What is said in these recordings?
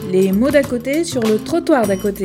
Les mots d'à côté sur le trottoir d'à côté.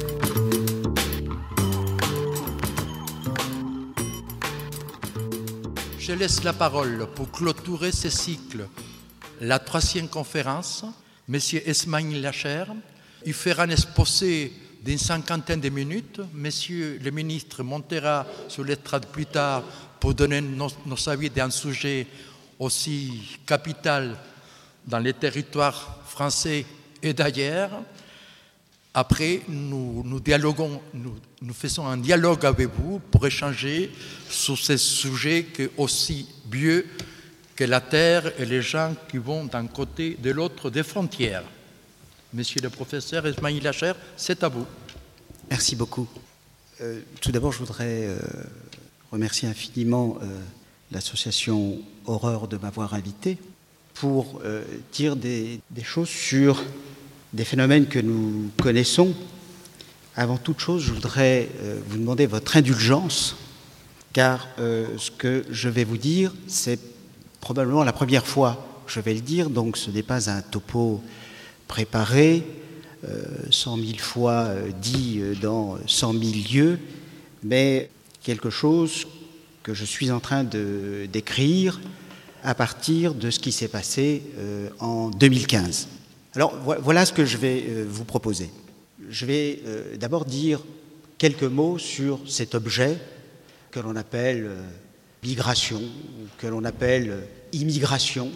Je laisse la parole pour clôturer ce cycle. La troisième conférence, M. Esmaïl Lacher, il fera un exposé d'une cinquantaine de minutes. Monsieur le ministre montera sur l'estrade plus tard pour donner nos avis d'un sujet aussi capital dans les territoires français et d'ailleurs. Après, nous dialoguons, nous faisons un dialogue avec vous pour échanger sur ces sujets qui sont aussi vieux que la terre et les gens qui vont d'un côté de l'autre des frontières. Monsieur le professeur Esmaïl Lacher, c'est à vous. Merci beaucoup. Tout d'abord, je voudrais remercier infiniment l'association Horreur de m'avoir invité pour dire des choses sur des phénomènes que nous connaissons. Avant toute chose, je voudrais vous demander votre indulgence, car ce que je vais vous dire, c'est probablement la première fois que je vais le dire, donc ce n'est pas un topo préparé, 100 000 fois dit dans 100 000 lieux, mais quelque chose que je suis en train de d'écrire à partir de ce qui s'est passé en 2015. Alors voilà ce que je vais vous proposer. Je vais d'abord dire quelques mots sur cet objet que l'on appelle migration, que l'on appelle immigration,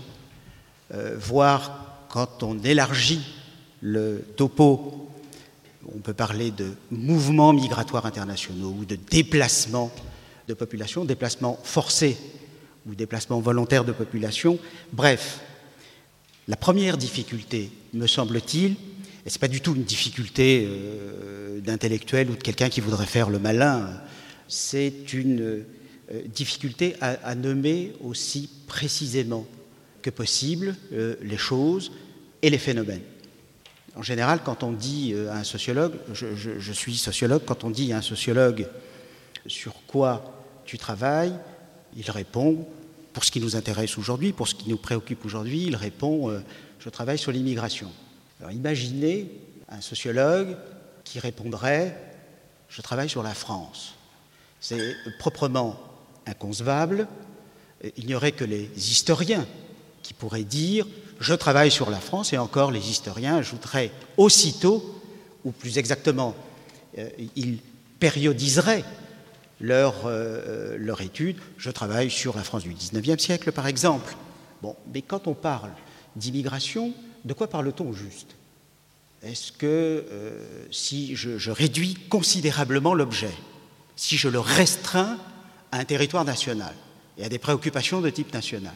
voire quand on élargit le topo, on peut parler de mouvements migratoires internationaux ou de déplacements de population, déplacements forcés ou déplacements volontaires de population. Bref, la première difficulté, me semble-t-il, et ce n'est pas du tout une difficulté d'intellectuel ou de quelqu'un qui voudrait faire le malin, c'est une difficulté à nommer aussi précisément que possible les choses et les phénomènes. En général, quand on dit à un sociologue, je suis sociologue, quand on dit à un sociologue sur quoi tu travailles, il répond, pour ce qui nous intéresse aujourd'hui, pour ce qui nous préoccupe aujourd'hui, il répond je travaille sur l'immigration. Alors imaginez un sociologue qui répondrait je travaille sur la France. C'est proprement inconcevable. Il n'y aurait que les historiens qui pourraient dire je travaille sur la France, et encore les historiens ajouteraient aussitôt, ou plus exactement, ils périodiseraient leur étude. Je travaille sur la France du XIXe siècle, par exemple. Bon, mais quand on parle d'immigration, de quoi parle-t-on au juste ? Est-ce que si je réduis considérablement l'objet, si je le restreins à un territoire national et à des préoccupations de type national,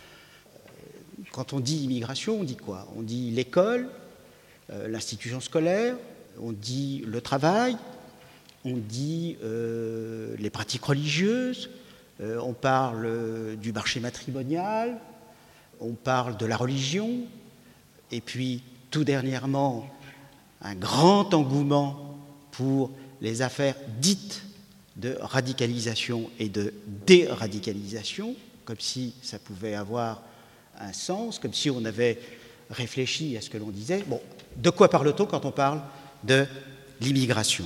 quand on dit immigration, on dit quoi ? On dit l'école, l'institution scolaire, on dit le travail, on dit les pratiques religieuses, on parle du marché matrimonial, on parle de la religion, et puis tout dernièrement, un grand engouement pour les affaires dites de radicalisation et de déradicalisation, comme si ça pouvait avoir un sens, comme si on avait réfléchi à ce que l'on disait. Bon, de quoi parle-t-on quand on parle de l'immigration ?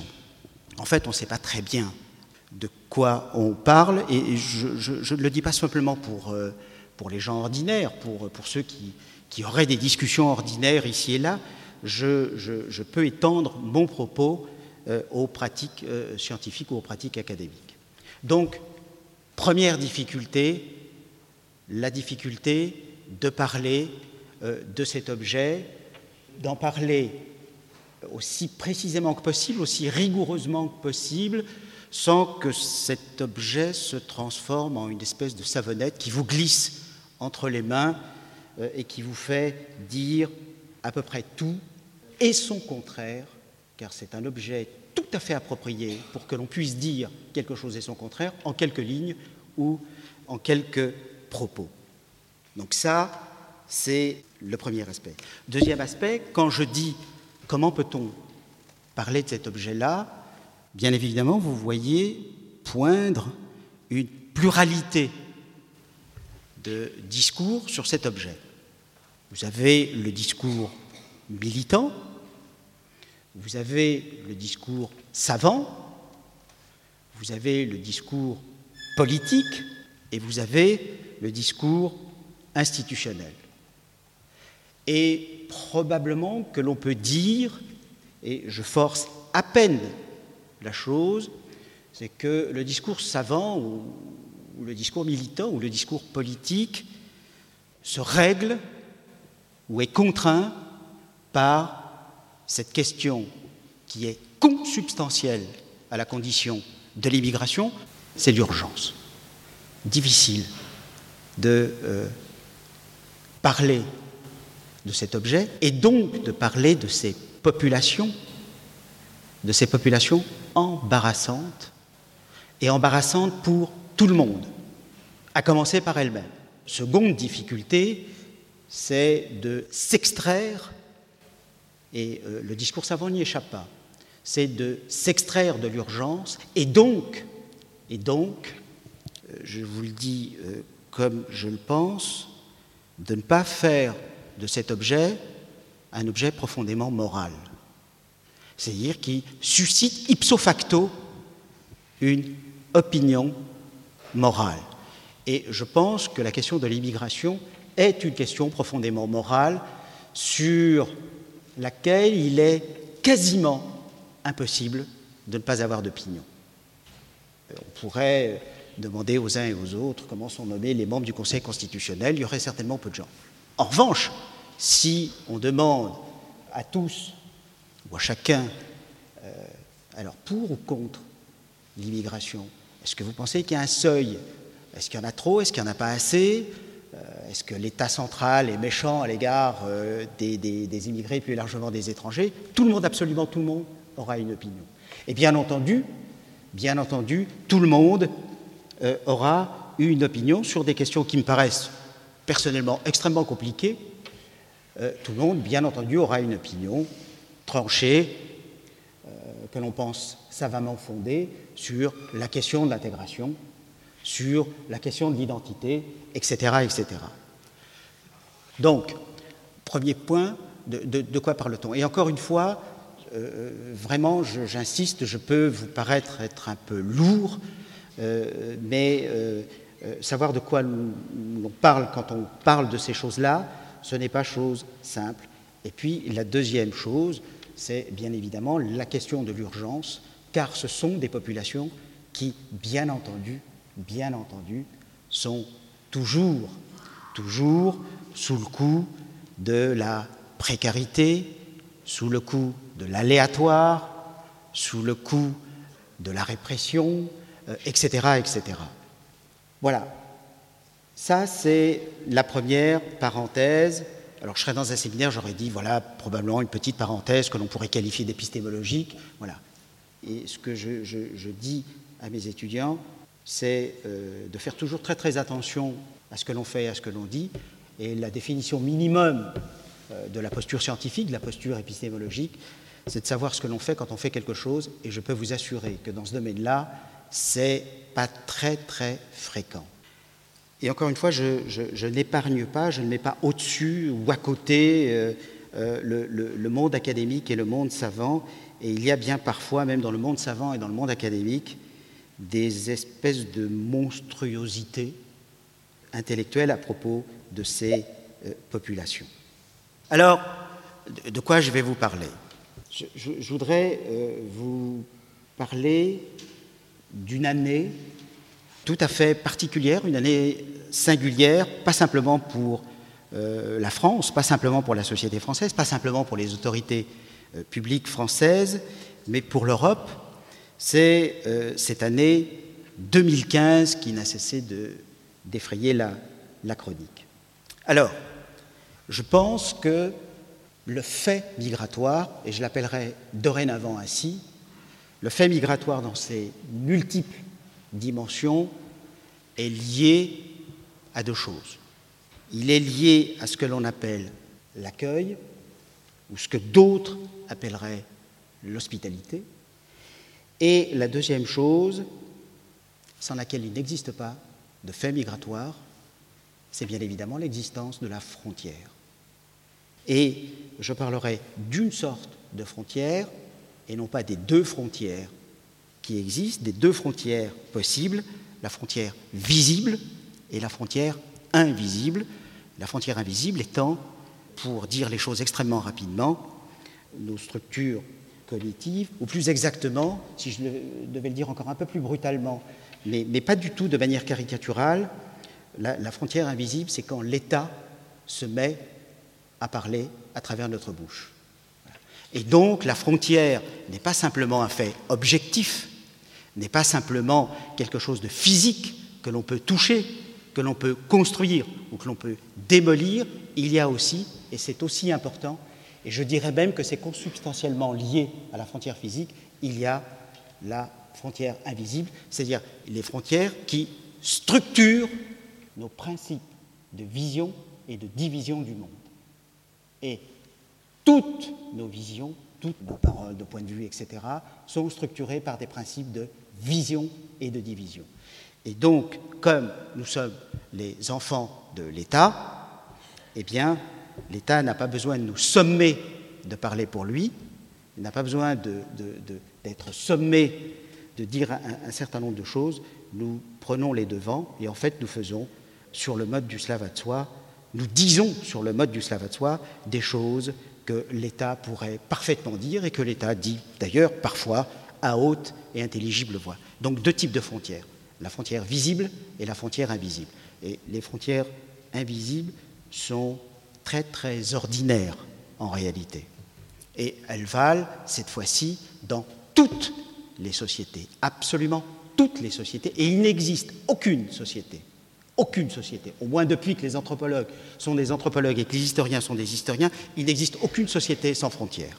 En fait, on ne sait pas très bien de quoi on parle, et je ne le dis pas simplement pour les gens ordinaires, pour ceux qui auraient des discussions ordinaires ici et là. Je peux étendre mon propos aux pratiques scientifiques ou aux pratiques académiques. Donc, première difficulté, la difficulté de parler de cet objet, d'en parler aussi précisément que possible, aussi rigoureusement que possible, sans que cet objet se transforme en une espèce de savonnette qui vous glisse entre les mains et qui vous fait dire à peu près tout et son contraire, car c'est un objet tout à fait approprié pour que l'on puisse dire quelque chose et son contraire en quelques lignes ou en quelques propos. Donc ça, c'est le premier aspect. Deuxième aspect, quand je dis comment peut-on parler de cet objet-là, bien évidemment, vous voyez poindre une pluralité de discours sur cet objet. Vous avez le discours militant, Vous avez le discours savant, vous avez le discours politique et vous avez le discours institutionnel. Et probablement que l'on peut dire, et je force à peine la chose, c'est que le discours savant ou le discours militant ou le discours politique se règle ou est contraint par cette question qui est consubstantielle à la condition de l'immigration, c'est l'urgence. Difficile de parler de cet objet et donc de parler de ces populations embarrassantes et embarrassantes pour tout le monde, à commencer par elles-mêmes. Seconde difficulté, c'est de s'extraire, et le discours savant n'y échappe pas, c'est de s'extraire de l'urgence et donc, je vous le dis comme je le pense, de ne pas faire de cet objet un objet profondément moral, c'est-à-dire qui suscite ipso facto une opinion morale. Et je pense que la question de l'immigration est une question profondément morale sur laquelle il est quasiment impossible de ne pas avoir d'opinion. On pourrait demander aux uns et aux autres comment sont nommés les membres du Conseil constitutionnel, il y aurait certainement peu de gens. En revanche, si on demande à tous ou à chacun, alors pour ou contre l'immigration, est-ce que vous pensez qu'il y a un seuil? Est-ce qu'il y en a trop? Est-ce qu'il n'y en a pas assez? Est-ce que l'État central est méchant à l'égard des immigrés, plus largement des étrangers? Tout le monde, absolument tout le monde, aura une opinion. Et bien entendu, tout le monde aura une opinion sur des questions qui me paraissent personnellement extrêmement compliquées. Tout le monde, bien entendu, aura une opinion tranchée, que l'on pense savamment fondée, sur la question de l'intégration, sur la question de l'identité, etc., etc. Donc, premier point, de quoi parle-t-on? Et encore une fois, vraiment, j'insiste, je peux vous paraître être un peu lourd, mais savoir de quoi l'on parle quand on parle de ces choses-là, ce n'est pas chose simple. Et puis, la deuxième chose, c'est bien évidemment la question de l'urgence, car ce sont des populations qui, bien entendu, sont toujours sous le coup de la précarité, sous le coup de l'aléatoire, sous le coup de la répression, etc., etc. Voilà. Ça, c'est la première parenthèse. Alors, je serais dans un séminaire, j'aurais dit, voilà, probablement une petite parenthèse que l'on pourrait qualifier d'épistémologique. Voilà. Et ce que je dis à mes étudiants, c'est de faire toujours très très attention à ce que l'on fait et à ce que l'on dit. Et la définition minimum de la posture scientifique, de la posture épistémologique, c'est de savoir ce que l'on fait quand on fait quelque chose. Et je peux vous assurer que dans ce domaine-là, c'est pas très très fréquent. Et encore une fois, je n'épargne pas, je ne mets pas au-dessus ou à côté le monde académique et le monde savant. Et il y a bien parfois, même dans le monde savant et dans le monde académique, des espèces de monstruosités intellectuelles à propos de ces populations. Alors, de quoi je vais vous parler? Je voudrais vous parler d'une année tout à fait particulière, une année singulière, pas simplement pour la France, pas simplement pour la société française, pas simplement pour les autorités publiques françaises, mais pour l'Europe. C'est cette année 2015 qui n'a cessé d'effrayer la chronique. Alors, je pense que le fait migratoire, et je l'appellerai dorénavant ainsi, le fait migratoire dans ses multiples dimensions est lié à deux choses. Il est lié à ce que l'on appelle l'accueil, ou ce que d'autres appelleraient l'hospitalité. Et la deuxième chose, sans laquelle il n'existe pas de fait migratoire, c'est bien évidemment l'existence de la frontière. Et je parlerai d'une sorte de frontière et non pas des deux frontières qui existent, des deux frontières possibles, la frontière visible et la frontière invisible. La frontière invisible étant, pour dire les choses extrêmement rapidement, nos structures cognitives, ou plus exactement, si je devais le dire encore un peu plus brutalement, mais pas du tout de manière caricaturale, la frontière invisible, c'est quand l'État se met à parler à travers notre bouche. Et donc, la frontière n'est pas simplement un fait objectif, n'est pas simplement quelque chose de physique que l'on peut toucher, que l'on peut construire ou que l'on peut démolir. Il y a aussi, et c'est aussi important, et je dirais même que c'est consubstantiellement lié à la frontière physique, il y a la frontière invisible, c'est-à-dire les frontières qui structurent nos principes de vision et de division du monde. Et toutes nos visions, toutes nos paroles, nos points de vue, etc., sont structurées par des principes de vision et de division. Et donc, comme nous sommes les enfants de l'État, eh bien, l'État n'a pas besoin de nous sommer de parler pour lui, il n'a pas besoin d'être sommé de dire un certain nombre de choses. Nous prenons les devants et en fait, nous faisons, sur le mode du Slava de soi, nous disons sur le mode du Slava de soi des choses que l'État pourrait parfaitement dire et que l'État dit d'ailleurs parfois à haute et intelligible voix. Donc deux types de frontières, la frontière visible et la frontière invisible. Et les frontières invisibles sont très très ordinaires en réalité. Et elles valent cette fois-ci dans toutes les sociétés, absolument toutes les sociétés. Et il n'existe aucune société, au moins depuis que les anthropologues sont des anthropologues et que les historiens sont des historiens, il n'existe aucune société sans frontières,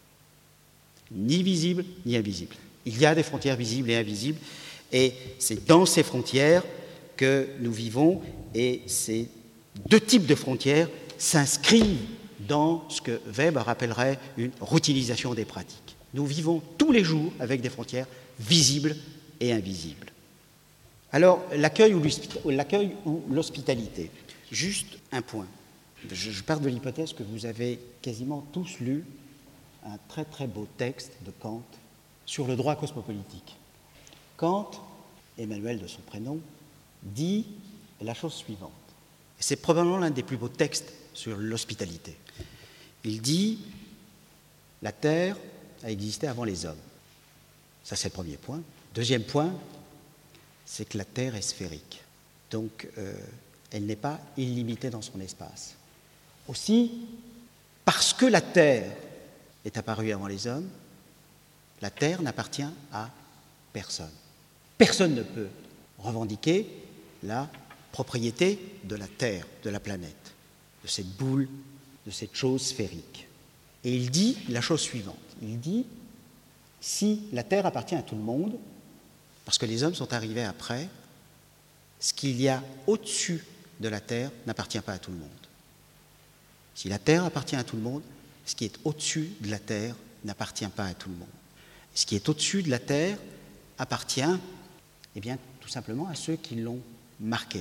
ni visible ni invisible. Il y a des frontières visibles et invisibles, et c'est dans ces frontières que nous vivons, et ces deux types de frontières s'inscrivent dans ce que Weber appellerait une routinisation des pratiques. Nous vivons tous les jours avec des frontières visibles et invisibles. Alors, l'accueil ou l'hospitalité. Juste un point. Je pars de l'hypothèse que vous avez quasiment tous lu un très très beau texte de Kant sur le droit cosmopolitique. Kant, Emmanuel de son prénom, dit la chose suivante. C'est probablement l'un des plus beaux textes sur l'hospitalité. Il dit « La Terre a existé avant les hommes ». Ça, c'est le premier point. Deuxième point, c'est que la Terre est sphérique. Donc, elle n'est pas illimitée dans son espace. Aussi, parce que la Terre est apparue avant les hommes, la Terre n'appartient à personne. Personne ne peut revendiquer la propriété de la Terre, de la planète, de cette boule, de cette chose sphérique. Et il dit la chose suivante. Il dit, si la Terre appartient à tout le monde, parce que les hommes sont arrivés après, ce qu'il y a au-dessus de la Terre n'appartient pas à tout le monde. Si la Terre appartient à tout le monde, ce qui est au-dessus de la Terre n'appartient pas à tout le monde. Ce qui est au-dessus de la Terre appartient, eh bien, tout simplement à ceux qui l'ont marqué.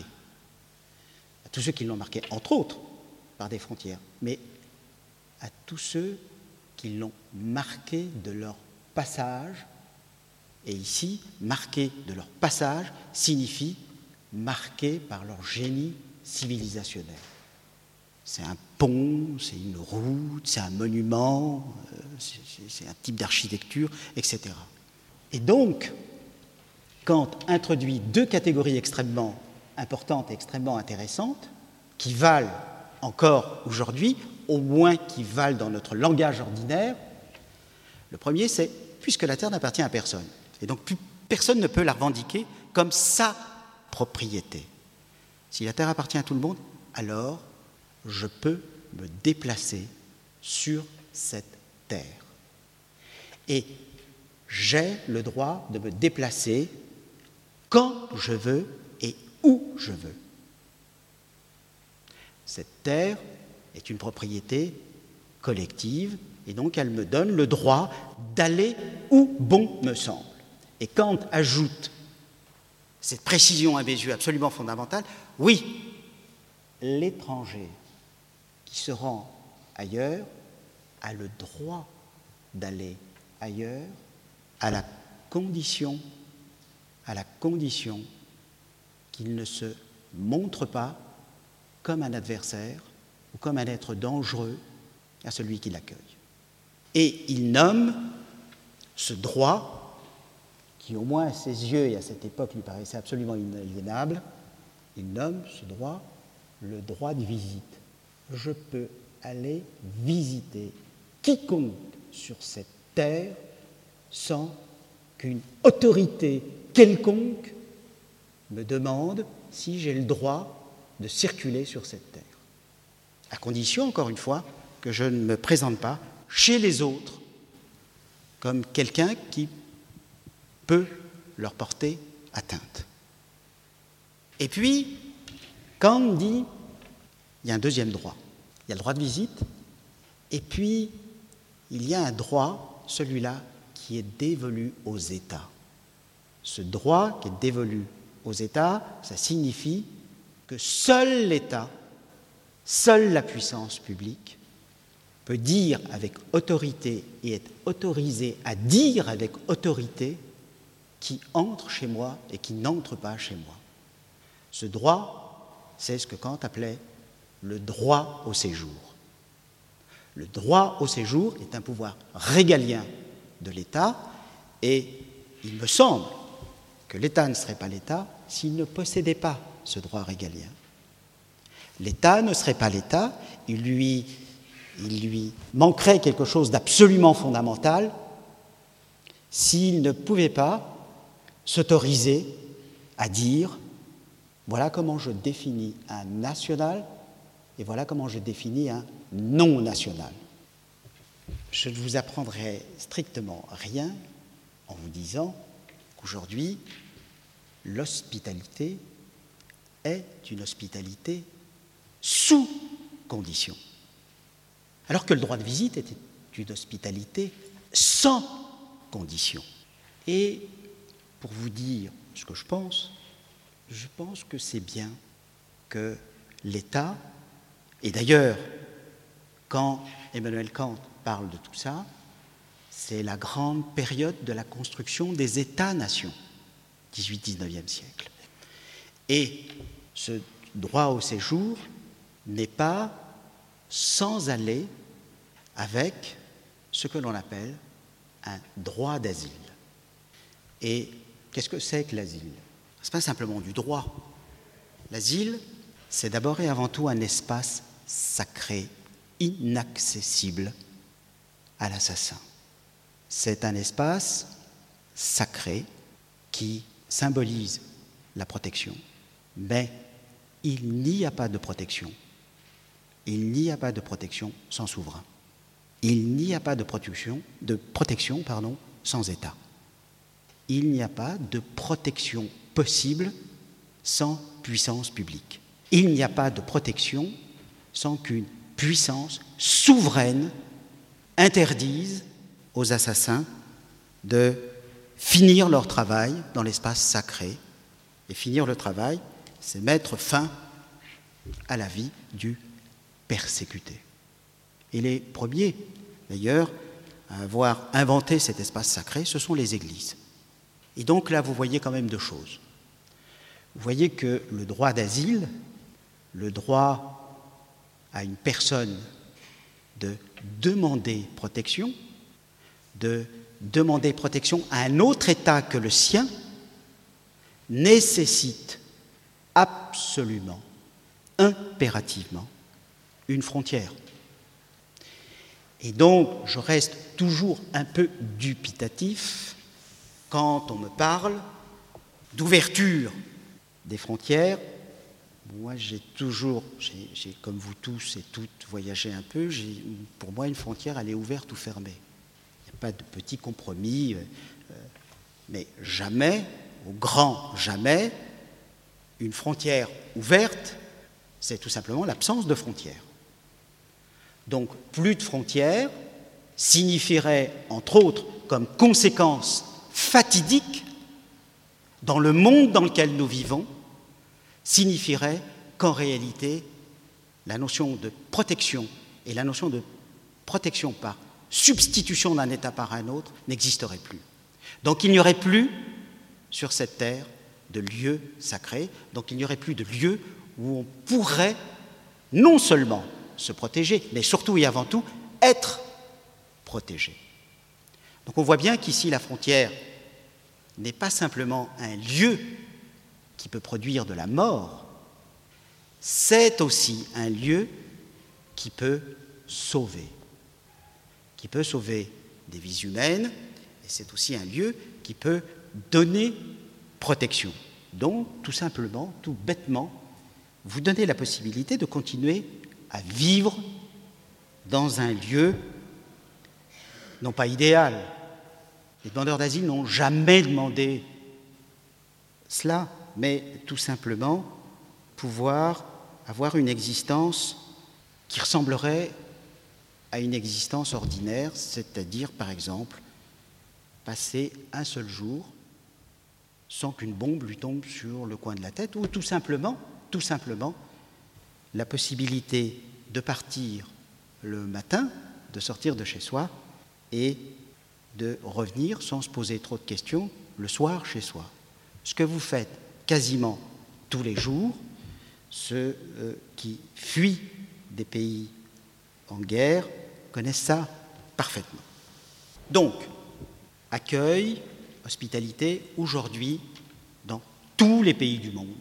À tous ceux qui l'ont marqué, entre autres, par des frontières, mais à tous ceux qui l'ont marqué de leur passage. Et ici, marqué de leur passage signifie marqué par leur génie civilisationnel. C'est un pont, c'est une route, c'est un monument, c'est un type d'architecture, etc. Et donc, Kant introduit deux catégories extrêmement importantes et extrêmement intéressantes, qui valent encore aujourd'hui, au moins qui valent dans notre langage ordinaire. Le premier, c'est « puisque la Terre n'appartient à personne ». Et donc, personne ne peut la revendiquer comme sa propriété. Si la Terre appartient à tout le monde, alors je peux me déplacer sur cette Terre. Et j'ai le droit de me déplacer quand je veux et où je veux. Cette Terre est une propriété collective et donc elle me donne le droit d'aller où bon me semble. Et Kant ajoute cette précision à mes yeux absolument fondamentale, oui, l'étranger qui se rend ailleurs a le droit d'aller ailleurs à la condition qu'il ne se montre pas comme un adversaire ou comme un être dangereux à celui qui l'accueille. Et il nomme ce droit, qui au moins à ses yeux et à cette époque lui paraissait absolument inaliénable, il nomme ce droit le droit de visite. Je peux aller visiter quiconque sur cette terre sans qu'une autorité quelconque me demande si j'ai le droit de circuler sur cette terre. À condition, encore une fois, que je ne me présente pas chez les autres comme quelqu'un qui peut leur porter atteinte. Et puis, Kant dit, il y a un deuxième droit. Il y a le droit de visite, et puis il y a un droit, celui-là, qui est dévolu aux États. Ce droit qui est dévolu aux États, ça signifie que seul l'État, seule la puissance publique peut dire avec autorité et être autorisé à dire avec autorité qui entre chez moi et qui n'entre pas chez moi. Ce droit, c'est ce que Kant appelait le droit au séjour. Le droit au séjour est un pouvoir régalien de l'État et il me semble que l'État ne serait pas l'État s'il ne possédait pas ce droit régalien. L'État ne serait pas l'État, il lui manquerait quelque chose d'absolument fondamental s'il ne pouvait pas s'autoriser à dire « voilà comment je définis un national et voilà comment je définis un non-national ». Je ne vous apprendrai strictement rien en vous disant qu'aujourd'hui, l'hospitalité est une hospitalité sous condition. Alors que le droit de visite était une hospitalité sans condition. Et pour vous dire ce que je pense que c'est bien que l'État, et d'ailleurs, quand Emmanuel Kant parle de tout ça, c'est la grande période de la construction des États-nations, 18-19e siècle. Et ce droit au séjour n'est pas sans aller avec ce que l'on appelle un droit d'asile. Et qu'est-ce que c'est que l'asile ? Ce n'est pas simplement du droit. L'asile, c'est d'abord et avant tout un espace sacré, inaccessible à l'assassin. C'est un espace sacré qui symbolise la protection. Mais il n'y a pas de protection. Il n'y a pas de protection sans souverain. Il n'y a pas de protection sans État. Il n'y a pas de protection possible sans puissance publique. Il n'y a pas de protection sans qu'une puissance souveraine interdise aux assassins de finir leur travail dans l'espace sacré. Et finir le travail, c'est mettre fin à la vie du persécuté. Et les premiers, d'ailleurs, à avoir inventé cet espace sacré, ce sont les églises. Et donc là, vous voyez quand même deux choses. Vous voyez que le droit d'asile, le droit à une personne de demander protection à un autre État que le sien, nécessite absolument, impérativement, une frontière. Et donc, je reste toujours un peu dubitatif quand on me parle d'ouverture des frontières. Moi, j'ai comme vous tous et toutes, voyagé un peu. Pour moi, une frontière, elle est ouverte ou fermée. Il n'y a pas de petit compromis. Mais jamais, au grand jamais, une frontière ouverte, c'est tout simplement l'absence de frontières. Donc, plus de frontières signifierait, entre autres, comme conséquence fatidique, dans le monde dans lequel nous vivons, signifierait qu'en réalité, la notion de protection et la notion de protection par substitution d'un État par un autre n'existerait plus. Donc il n'y aurait plus sur cette terre de lieux sacrés, donc il n'y aurait plus de lieux où on pourrait non seulement se protéger, mais surtout et avant tout être protégé. Donc on voit bien qu'ici la frontière n'est pas simplement un lieu qui peut produire de la mort, c'est aussi un lieu qui peut sauver des vies humaines, et c'est aussi un lieu qui peut donner protection. Donc, tout simplement, tout bêtement, vous donnez la possibilité de continuer à vivre dans un lieu non pas idéal. Les demandeurs d'asile n'ont jamais demandé cela, mais tout simplement pouvoir avoir une existence qui ressemblerait à une existence ordinaire, c'est-à-dire, par exemple, passer un seul jour sans qu'une bombe lui tombe sur le coin de la tête, ou tout simplement, la possibilité de partir le matin, de sortir de chez soi et de revenir sans se poser trop de questions le soir chez soi. Ce que vous faites quasiment tous les jours, ceux qui fuient des pays en guerre connaissent ça parfaitement. Donc, accueil, hospitalité, aujourd'hui, dans tous les pays du monde.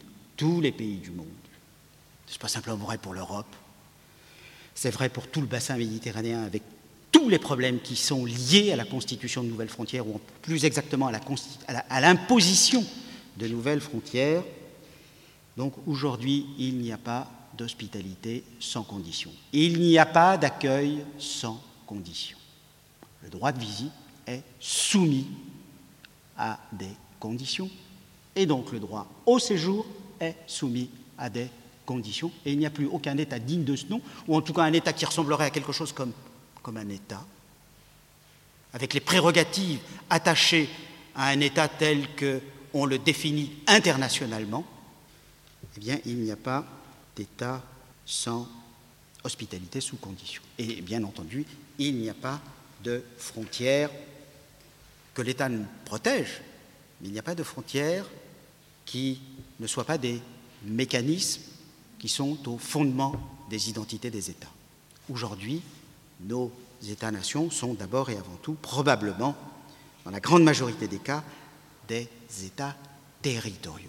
C'est pas simplement vrai pour l'Europe, c'est vrai pour tout le bassin méditerranéen, avec tous les problèmes qui sont liés à la constitution de nouvelles frontières, ou plus exactement à l'imposition de nouvelles frontières. Donc aujourd'hui, il n'y a pas d'hospitalité sans condition. Il n'y a pas d'accueil sans condition. Le droit de visite est soumis à des conditions, et donc le droit au séjour est soumis à des conditions, et il n'y a plus aucun État digne de ce nom, ou en tout cas un État qui ressemblerait à quelque chose comme un État, avec les prérogatives attachées à un État tel qu'on le définit internationalement. Eh bien, il n'y a pas d'État sans hospitalité sous condition. Et bien entendu, il n'y a pas de frontières que l'État nous protège, mais il n'y a pas de frontières qui ne soient pas des mécanismes qui sont au fondement des identités des États. Aujourd'hui, nos États-nations sont d'abord et avant tout, probablement, dans la grande majorité des cas, des États territoriaux.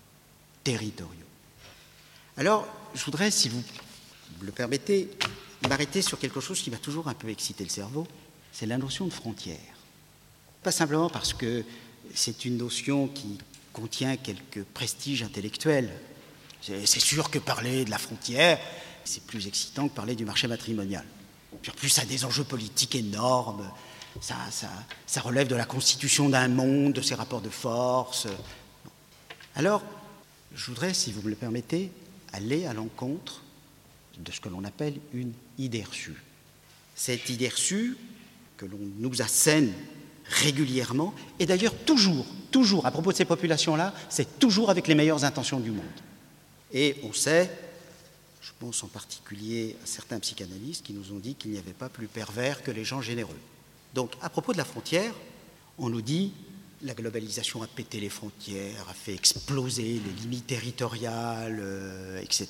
Alors, je voudrais, si vous le permettez, m'arrêter sur quelque chose qui m'a toujours un peu excité le cerveau, c'est la notion de frontière. Pas simplement parce que c'est une notion qui contient quelques prestiges intellectuels. C'est sûr que parler de la frontière, c'est plus excitant que parler du marché matrimonial. Puis en plus, ça a des enjeux politiques énormes, ça relève de la constitution d'un monde, de ses rapports de force. Alors, je voudrais, si vous me le permettez, aller à l'encontre de ce que l'on appelle une idée reçue. Cette idée reçue que l'on nous assène régulièrement, et d'ailleurs toujours, à propos de ces populations-là, c'est toujours avec les meilleures intentions du monde. Et on sait, je pense en particulier à certains psychanalystes qui nous ont dit qu'il n'y avait pas plus pervers que les gens généreux. Donc, à propos de la frontière, on nous dit la globalisation a pété les frontières, a fait exploser les limites territoriales, etc.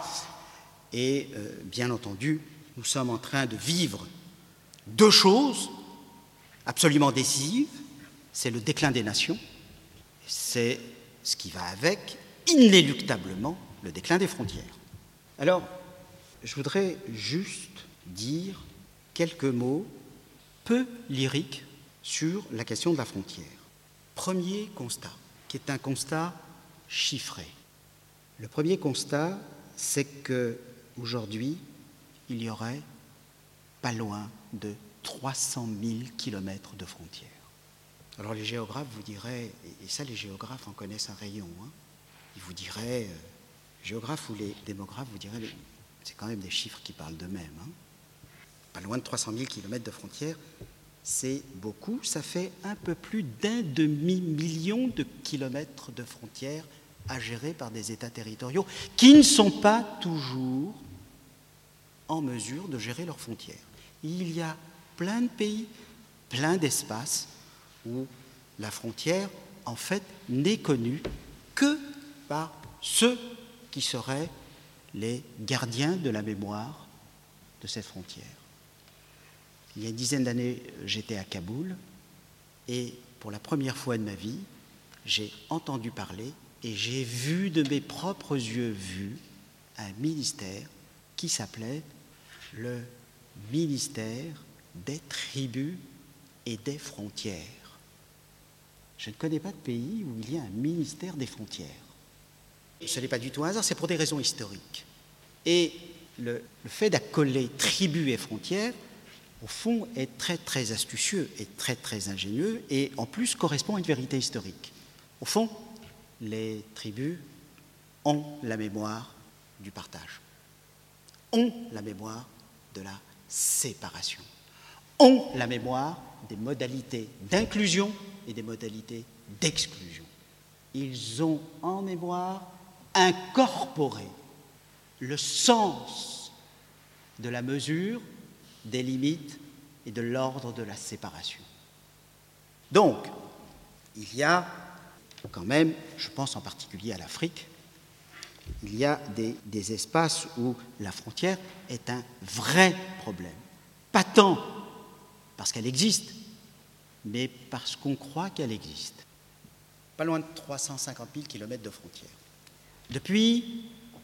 Et bien entendu, nous sommes en train de vivre deux choses absolument décisives. C'est le déclin des nations, c'est ce qui va avec, inéluctablement, le déclin des frontières. Alors, je voudrais juste dire quelques mots peu lyriques sur la question de la frontière. Premier constat, qui est un constat chiffré. Le premier constat, c'est qu'aujourd'hui, il y aurait pas loin de 300 000 kilomètres de frontières. Alors les géographes vous diraient, et ça les géographes en connaissent un rayon, ils vous diraient, géographes ou les démographes vous diraient, c'est quand même des chiffres qui parlent d'eux-mêmes. Pas loin de 300 000 kilomètres de frontières, c'est beaucoup, ça fait un peu plus d'1 demi-million de kilomètres de frontières à gérer par des États territoriaux qui ne sont pas toujours en mesure de gérer leurs frontières. Il y a plein de pays, plein d'espaces où la frontière, en fait, n'est connue que par ceux qui seraient les gardiens de la mémoire de cette frontière. Il y a une dizaine d'années, j'étais à Kaboul et pour la première fois de ma vie, j'ai entendu parler et j'ai vu de mes propres yeux un ministère qui s'appelait le ministère des tribus et des frontières. Je ne connais pas de pays où il y a un ministère des frontières. Ce n'est pas du tout un hasard, c'est pour des raisons historiques. Et le fait d'accoler tribus et frontières, au fond, est très très astucieux et très très ingénieux et en plus correspond à une vérité historique. Au fond, les tribus ont la mémoire du partage, ont la mémoire de la séparation, ont la mémoire des modalités d'inclusion et des modalités d'exclusion. Ils ont en mémoire incorporé le sens de la mesure, des limites et de l'ordre de la séparation. Donc, il y a quand même, je pense en particulier à l'Afrique, il y a des espaces où la frontière est un vrai problème. Pas tant parce qu'elle existe, mais parce qu'on croit qu'elle existe. Pas loin de 350 000 kilomètres de frontières. Depuis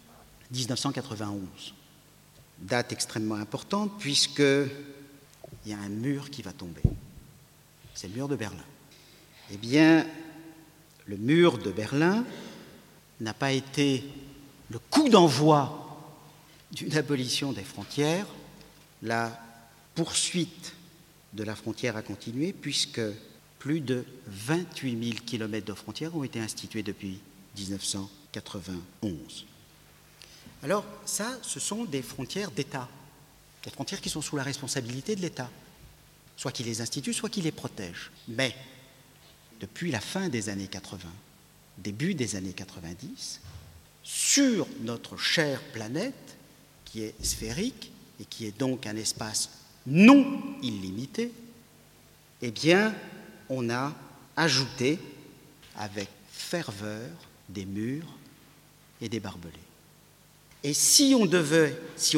1991, date extrêmement importante puisqu'il y a un mur qui va tomber. C'est le mur de Berlin. Eh bien, le mur de Berlin n'a pas été le coup d'envoi d'une abolition des frontières. La poursuite de la frontière a continué puisque plus de 28 000 kilomètres de frontières ont été institués depuis 1991. Alors ça, ce sont des frontières d'État, des frontières qui sont sous la responsabilité de l'État, soit qui les institue, soit qui les protège. Mais depuis la fin des années 80, début des années 90, sur notre chère planète, qui est sphérique et qui est donc un espace non illimité, eh bien, on a ajouté avec ferveur des murs et des barbelés. Et si on devait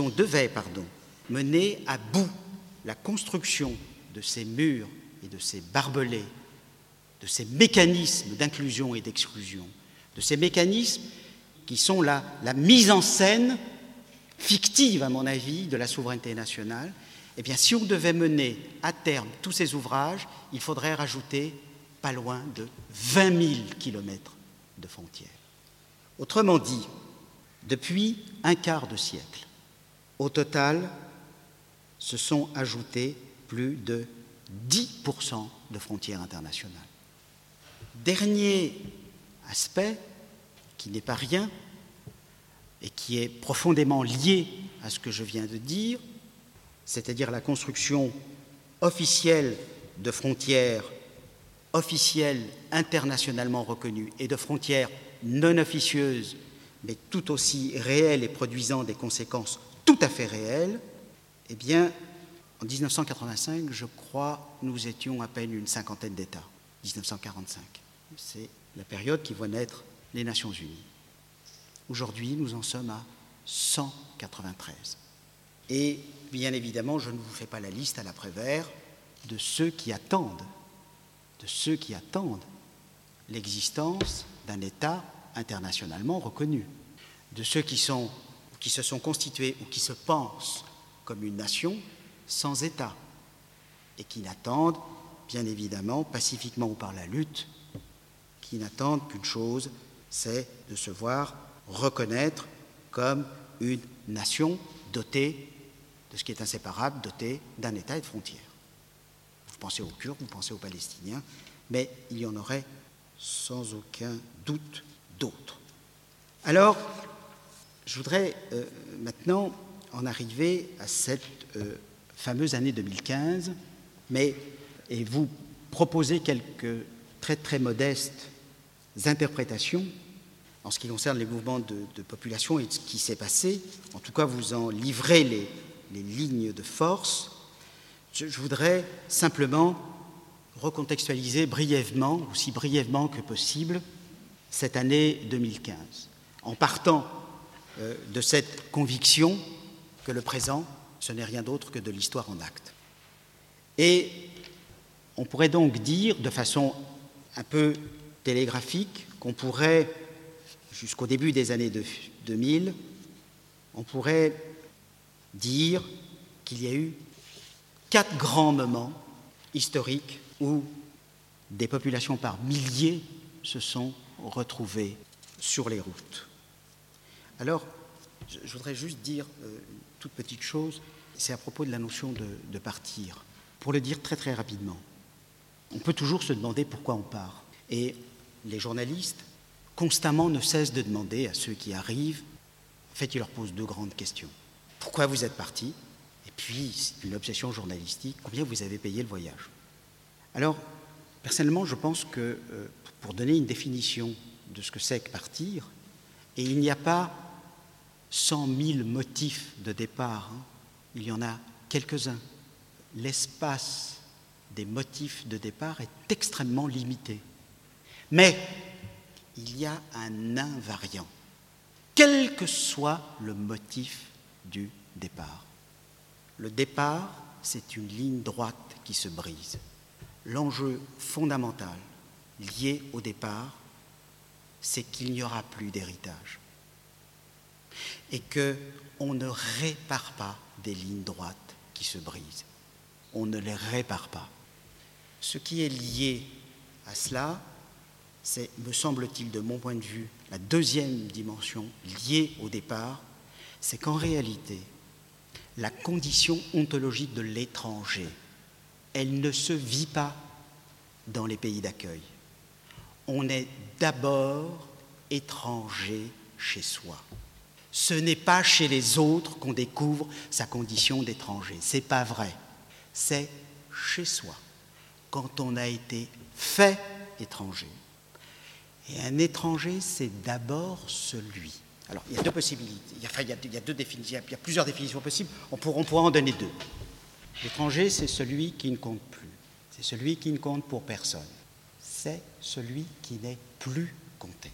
mener à bout la construction de ces murs et de ces barbelés, de ces mécanismes d'inclusion et d'exclusion, de ces mécanismes qui sont la mise en scène fictive, à mon avis, de la souveraineté nationale, eh bien, si on devait mener à terme tous ces ouvrages, il faudrait rajouter pas loin de 20 000 kilomètres de frontières. Autrement dit, depuis un quart de siècle, au total, se sont ajoutés plus de 10% de frontières internationales. Dernier aspect, qui n'est pas rien, et qui est profondément lié à ce que je viens de dire, c'est-à-dire la construction officielle de frontières officielles internationalement reconnues et de frontières non officieuses, mais tout aussi réelles et produisant des conséquences tout à fait réelles, eh bien, en 1985, je crois, nous étions à peine une cinquantaine d'États. 1945, c'est la période qui voit naître les Nations Unies. Aujourd'hui, nous en sommes à 193. Et bien évidemment, je ne vous fais pas la liste à l'après-vert de ceux qui attendent l'existence d'un État internationalement reconnu, de ceux qui se sont constitués ou qui se pensent comme une nation sans État et qui n'attendent, bien évidemment, pacifiquement ou par la lutte, qui n'attendent qu'une chose, c'est de se voir reconnaître comme une nation dotée de ce qui est inséparable, dotée d'un État et de frontières. Vous pensez aux Kurdes, vous pensez aux Palestiniens, mais il y en aurait sans aucun doute d'autres. Alors, je voudrais maintenant en arriver à cette fameuse année 2015, et vous proposer quelques très très modestes interprétations en ce qui concerne les mouvements de population et ce qui s'est passé, en tout cas vous en livrez les lignes de force, Je voudrais simplement recontextualiser brièvement, aussi brièvement que possible, cette année 2015, en partant de cette conviction que le présent, ce n'est rien d'autre que de l'histoire en acte. Et on pourrait donc dire, de façon un peu télégraphique, qu'on pourrait, jusqu'au début des années 2000, on pourrait dire qu'il y a eu 4 grands moments historiques où des populations par milliers se sont retrouvées sur les routes. Alors, je voudrais juste dire une toute petite chose, c'est à propos de la notion de partir. Pour le dire très très rapidement, on peut toujours se demander pourquoi on part. Et les journalistes, constamment, ne cessent de demander à ceux qui arrivent, en fait, ils leur posent 2 grandes questions. Pourquoi vous êtes partis ? Et puis, c'est une obsession journalistique, combien vous avez payé le voyage ? Alors, personnellement, je pense que pour donner une définition de ce que c'est que partir, et il n'y a pas 100 000 motifs de départ, il y en a quelques-uns. L'espace des motifs de départ est extrêmement limité. Mais il y a un invariant, quel que soit le motif du départ. Le départ, c'est une ligne droite qui se brise. L'enjeu fondamental lié au départ, c'est qu'il n'y aura plus d'héritage et qu'on ne répare pas des lignes droites qui se brisent. On ne les répare pas. Ce qui est lié à cela, c'est, me semble-t-il, de mon point de vue, la deuxième dimension liée au départ, c'est qu'en réalité, la condition ontologique de l'étranger, elle ne se vit pas dans les pays d'accueil. On est d'abord étranger chez soi. Ce n'est pas chez les autres qu'on découvre sa condition d'étranger. Ce n'est pas vrai. C'est chez soi, quand on a été fait étranger. Et un étranger, c'est d'abord celui. Alors, il y a 2 possibilités. Il y a 2 définitions. Il y a plusieurs définitions possibles. On pourra en donner 2. L'étranger, c'est celui qui ne compte plus. C'est celui qui ne compte pour personne. C'est celui qui n'est plus compté.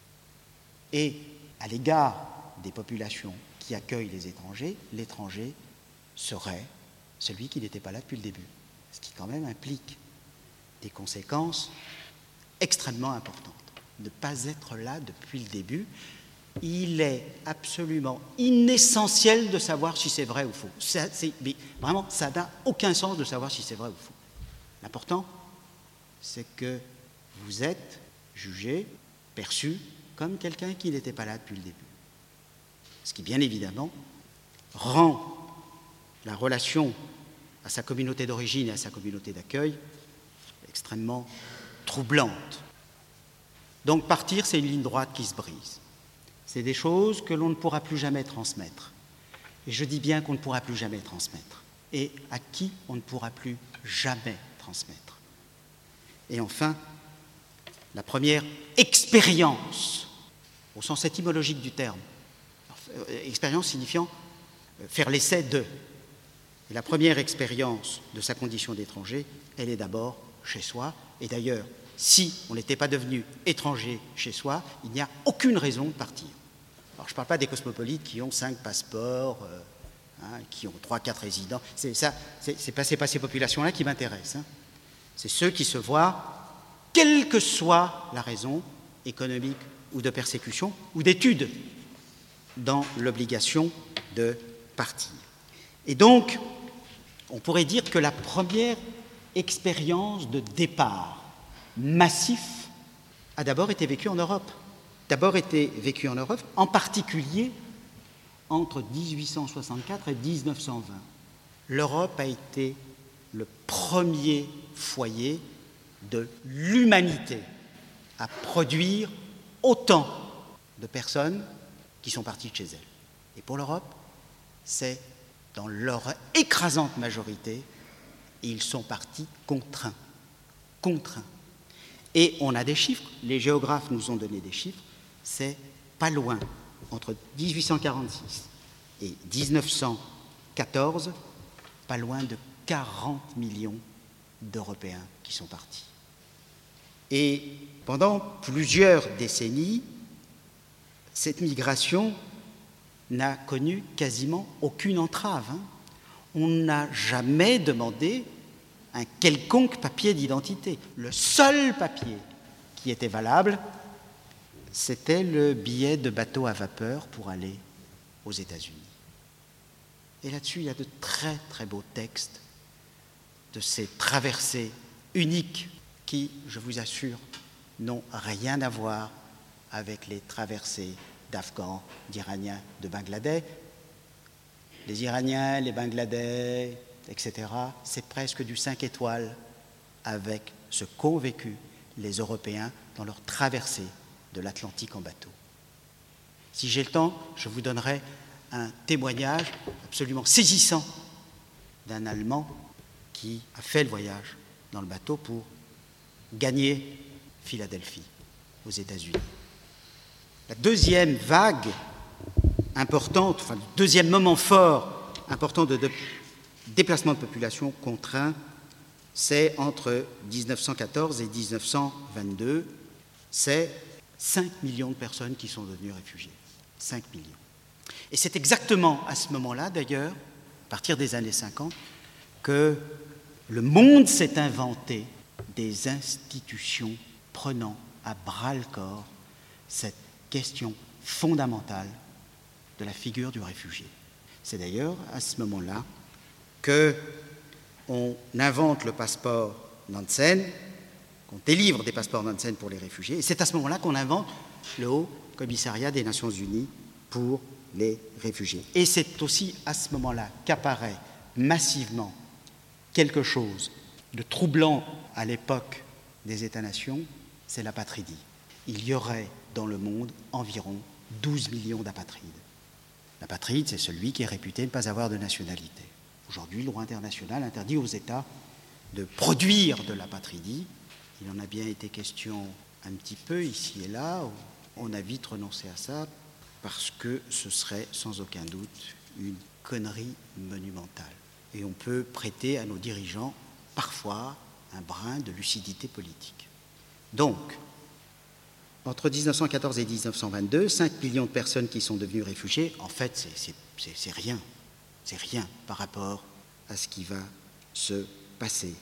Et à l'égard des populations qui accueillent les étrangers, l'étranger serait celui qui n'était pas là depuis le début. Ce qui quand même implique des conséquences extrêmement importantes. Ne pas être là depuis le début, il est absolument inessentiel de savoir si c'est vrai ou faux. Mais vraiment, ça n'a aucun sens de savoir si c'est vrai ou faux. L'important, c'est que vous êtes jugé, perçu comme quelqu'un qui n'était pas là depuis le début. Ce qui, bien évidemment, rend la relation à sa communauté d'origine et à sa communauté d'accueil extrêmement troublante. Donc partir, c'est une ligne droite qui se brise. C'est des choses que l'on ne pourra plus jamais transmettre. Et je dis bien qu'on ne pourra plus jamais transmettre. Et à qui on ne pourra plus jamais transmettre. Et enfin, la première expérience, au sens étymologique du terme, expérience signifiant faire l'essai de. Et la première expérience de sa condition d'étranger, elle est d'abord chez soi. Et d'ailleurs, si on n'était pas devenu étranger chez soi, il n'y a aucune raison de partir. Alors, je ne parle pas des cosmopolites qui ont 5 passeports, qui ont 3-4 résidents. C'est pas ces populations-là qui m'intéressent. C'est ceux qui se voient, quelle que soit la raison économique ou de persécution ou d'études, dans l'obligation de partir. Et donc, on pourrait dire que la première expérience de départ massif a d'abord été vécue en Europe. En particulier entre 1864 et 1920. L'Europe a été le premier foyer de l'humanité à produire autant de personnes qui sont parties de chez elles. Et pour l'Europe, c'est dans leur écrasante majorité, ils sont partis contraints. Et on a des chiffres, les géographes nous ont donné des chiffres, c'est pas loin, entre 1846 et 1914, pas loin de 40 millions d'Européens qui sont partis. Et pendant plusieurs décennies, cette migration n'a connu quasiment aucune entrave. On n'a jamais demandé un quelconque papier d'identité. Le seul papier qui était valable, c'était le billet de bateau à vapeur pour aller aux États-Unis. Et là-dessus, il y a de très très beaux textes de ces traversées uniques qui, je vous assure, n'ont rien à voir avec les traversées d'Afghans, d'Iraniens, de Bangladais. Les Iraniens, les Bangladais, etc., c'est presque du 5 étoiles avec ce qu'ont vécu les Européens dans leur traversée de l'Atlantique en bateau. Si j'ai le temps, je vous donnerai un témoignage absolument saisissant d'un Allemand qui a fait le voyage dans le bateau pour gagner Philadelphie aux États-Unis. La deuxième vague importante, enfin le deuxième moment fort important de déplacement de population contraint, c'est entre 1914 et 1922, c'est 5 millions de personnes qui sont devenues réfugiées. 5 millions. Et c'est exactement à ce moment-là, d'ailleurs, à partir des années 50, que le monde s'est inventé des institutions prenant à bras-le-corps cette question fondamentale de la figure du réfugié. C'est d'ailleurs à ce moment-là qu'on invente le passeport Nansen, qu'on délivre des passeports Nansen pour les réfugiés, et c'est à ce moment-là qu'on invente le Haut Commissariat des Nations Unies pour les réfugiés. Et c'est aussi à ce moment-là qu'apparaît massivement quelque chose de troublant à l'époque des États-nations, c'est l'apatridie. Il y aurait dans le monde environ 12 millions d'apatrides. L'apatride, c'est celui qui est réputé ne pas avoir de nationalité. Aujourd'hui, le droit international interdit aux États de produire de l'apatridie. Il en a bien été question un petit peu ici et là. On a vite renoncé à ça parce que ce serait sans aucun doute une connerie monumentale. Et on peut prêter à nos dirigeants parfois un brin de lucidité politique. Donc, entre 1914 et 1922, 5 millions de personnes qui sont devenues réfugiés, en fait, c'est rien. C'est rien par rapport à ce qui va se passer.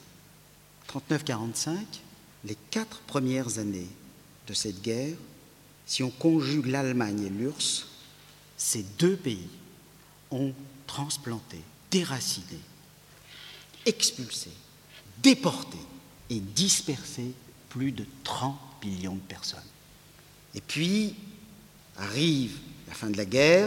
39-45, les 4 premières années de cette guerre, si on conjugue l'Allemagne et l'URSS, ces 2 pays ont transplanté, déraciné, expulsé, déporté et dispersé plus de 30 millions de personnes. Et puis arrive la fin de la guerre,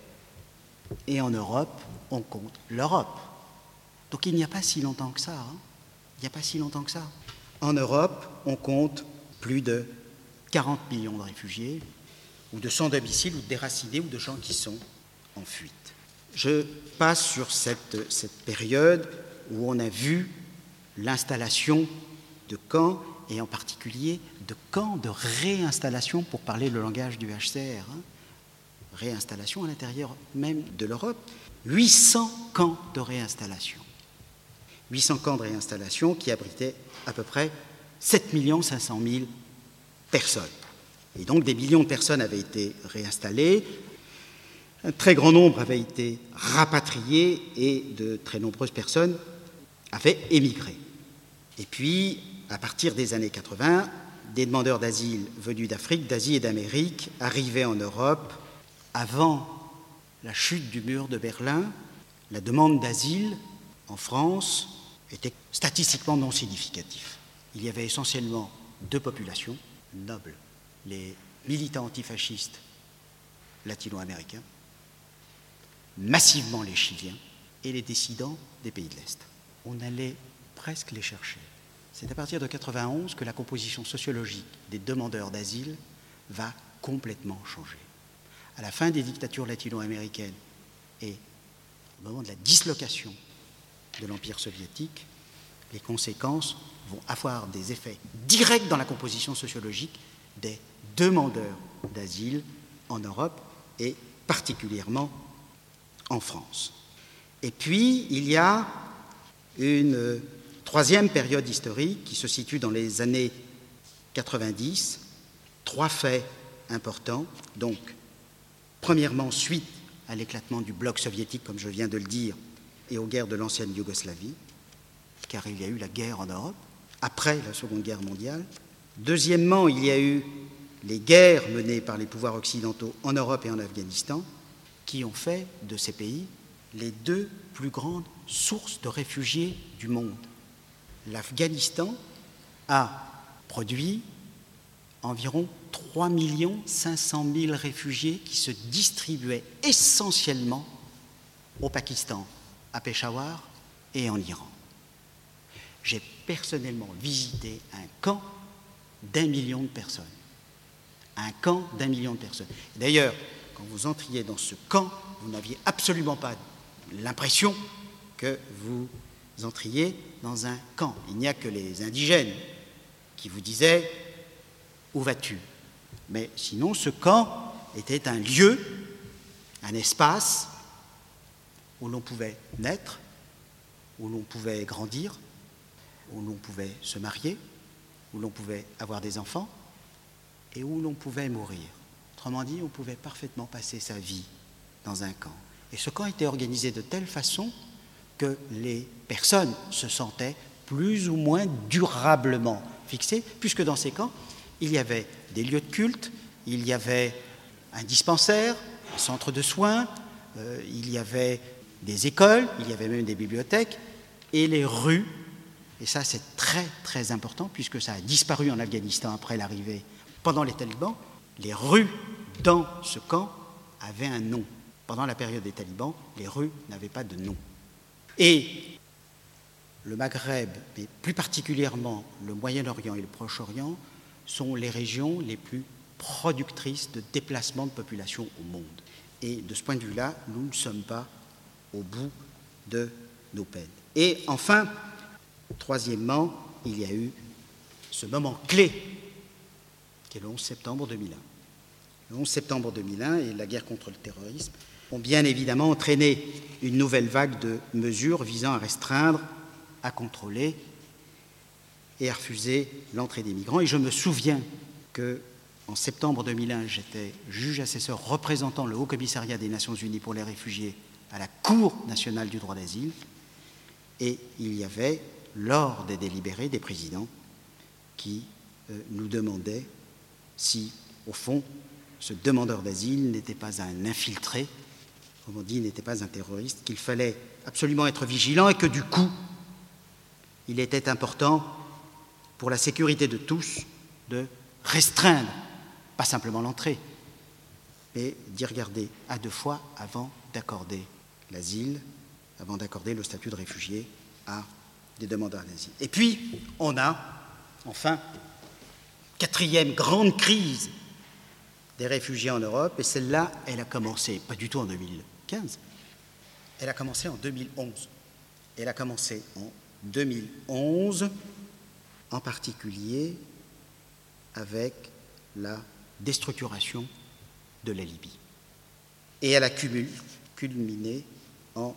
et en Europe, on compte l'Europe. Donc il n'y a pas si longtemps que ça. Il n'y a pas si longtemps que ça. En Europe, on compte plus de 40 millions de réfugiés, ou de sans-domicile, ou de déracinés, ou de gens qui sont en fuite. Je passe sur cette période où on a vu l'installation de camps, et en particulier de camps de réinstallation, pour parler le langage du HCR, réinstallation à l'intérieur même de l'Europe, 800 camps de réinstallation. 800 camps de réinstallation qui abritaient à peu près 7 500 000 personnes. Et donc des millions de personnes avaient été réinstallées, un très grand nombre avaient été rapatriées et de très nombreuses personnes avaient émigré. Et puis, à partir des années 80, des demandeurs d'asile venus d'Afrique, d'Asie et d'Amérique arrivaient en Europe. Avant la chute du mur de Berlin, la demande d'asile en France était statistiquement non significative. Il y avait essentiellement 2 populations nobles, les militants antifascistes latino-américains, massivement les Chiliens et les dissidents des pays de l'Est. On allait presque les chercher. C'est à partir de 1991 que la composition sociologique des demandeurs d'asile va complètement changer. À la fin des dictatures latino-américaines et au moment de la dislocation de l'Empire soviétique, les conséquences vont avoir des effets directs dans la composition sociologique des demandeurs d'asile en Europe et particulièrement en France. Et puis, il y a une troisième période historique qui se situe dans les années 90. 3 faits importants. Donc, premièrement, suite à l'éclatement du bloc soviétique, comme je viens de le dire, et aux guerres de l'ancienne Yougoslavie, car il y a eu la guerre en Europe, après la Seconde Guerre mondiale. Deuxièmement, il y a eu les guerres menées par les pouvoirs occidentaux en Europe et en Afghanistan, qui ont fait de ces pays les 2 plus grandes sources de réfugiés du monde. L'Afghanistan a produit environ 3 500 000 réfugiés qui se distribuaient essentiellement au Pakistan, à Peshawar et en Iran. J'ai personnellement visité un camp d'1 million de personnes. Un camp d'1 million de personnes. D'ailleurs, quand vous entriez dans ce camp, vous n'aviez absolument pas l'impression que vous entriez dans un camp. Il n'y a que les indigènes qui vous disaient « Où vas-tu » Mais sinon, ce camp était un lieu, un espace où l'on pouvait naître, où l'on pouvait grandir, où l'on pouvait se marier, où l'on pouvait avoir des enfants et où l'on pouvait mourir. Autrement dit, on pouvait parfaitement passer sa vie dans un camp. Et ce camp était organisé de telle façon que les personnes se sentaient plus ou moins durablement fixées, puisque dans ces camps, il y avait des lieux de culte, il y avait un dispensaire, un centre de soins, il y avait des écoles, il y avait même des bibliothèques, et les rues, et ça c'est très très important, puisque ça a disparu en Afghanistan après l'arrivée, pendant les talibans, les rues dans ce camp avaient un nom. Pendant la période des talibans, les rues n'avaient pas de nom. Et le Maghreb, mais plus particulièrement le Moyen-Orient et le Proche-Orient, sont les régions les plus productrices de déplacement de population au monde. Et de ce point de vue-là, nous ne sommes pas au bout de nos peines. Et enfin, troisièmement, il y a eu ce moment clé, qui est le 11 septembre 2001. Le 11 septembre 2001 et la guerre contre le terrorisme ont bien évidemment entraîné une nouvelle vague de mesures visant à restreindre, à contrôler et à refuser l'entrée des migrants. Et je me souviens qu'en septembre 2001, j'étais juge assesseur représentant le Haut Commissariat des Nations Unies pour les réfugiés à la Cour nationale du droit d'asile. Et il y avait, lors des délibérés, des présidents qui nous demandaient si, au fond, ce demandeur d'asile n'était pas un infiltré, comme on dit, n'était pas un terroriste, qu'il fallait absolument être vigilant et que du coup, il était important pour la sécurité de tous de restreindre, pas simplement l'entrée, mais d'y regarder à 2 fois avant d'accorder l'asile, avant d'accorder le statut de réfugié à des demandeurs d'asile. Et puis, on a, enfin, 4e grande crise des réfugiés en Europe, et celle-là, elle a commencé, pas du tout en 2015, elle a commencé en 2011. Elle a commencé en 2011, en particulier avec la déstructuration de la Libye. Et elle a culminé en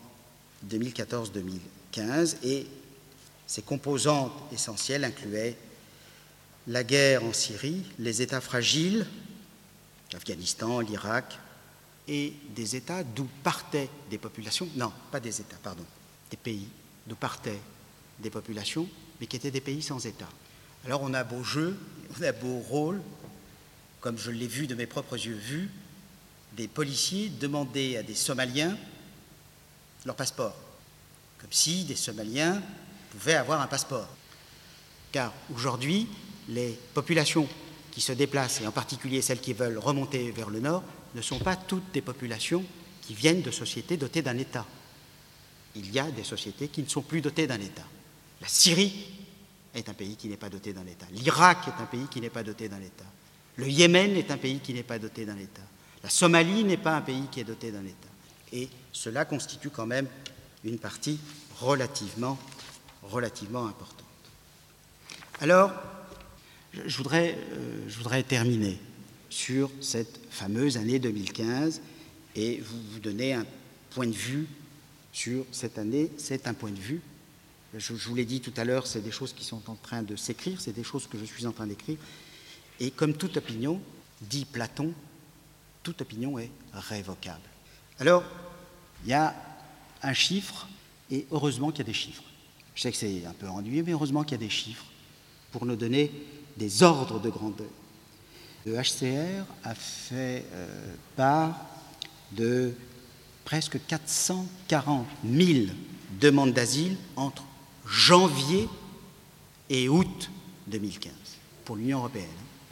2014-2015, et ses composantes essentielles incluaient la guerre en Syrie, les États fragiles, l'Afghanistan, l'Irak, et des États d'où partaient des populations, non, pas des États, pardon, des pays d'où partaient des populations, mais qui étaient des pays sans État. Alors on a beau jeu, on a beau rôle, comme je l'ai vu de mes propres yeux vus, des policiers demander à des Somaliens leur passeport, comme si des Somaliens pouvaient avoir un passeport. Car aujourd'hui, les populations qui se déplacent, et en particulier celles qui veulent remonter vers le nord, ne sont pas toutes des populations qui viennent de sociétés dotées d'un État. Il y a des sociétés qui ne sont plus dotées d'un État. La Syrie est un pays qui n'est pas doté d'un État. L'Irak est un pays qui n'est pas doté d'un État. Le Yémen est un pays qui n'est pas doté d'un État. La Somalie n'est pas un pays qui est doté d'un État. Et cela constitue quand même une partie relativement importante. Alors, je voudrais terminer sur cette fameuse année 2015 et vous donner un point de vue sur cette année. C'est un point de vue Je vous l'ai dit tout à l'heure, c'est des choses qui sont en train de s'écrire, c'est des choses que je suis en train d'écrire. Et comme toute opinion, dit Platon, toute opinion est révocable. Alors, il y a un chiffre, et heureusement qu'il y a des chiffres. Je sais que c'est un peu ennuyeux, mais heureusement qu'il y a des chiffres pour nous donner des ordres de grandeur. Le HCR a fait part de presque 440 000 demandes d'asile entre janvier et août 2015 pour l'Union européenne.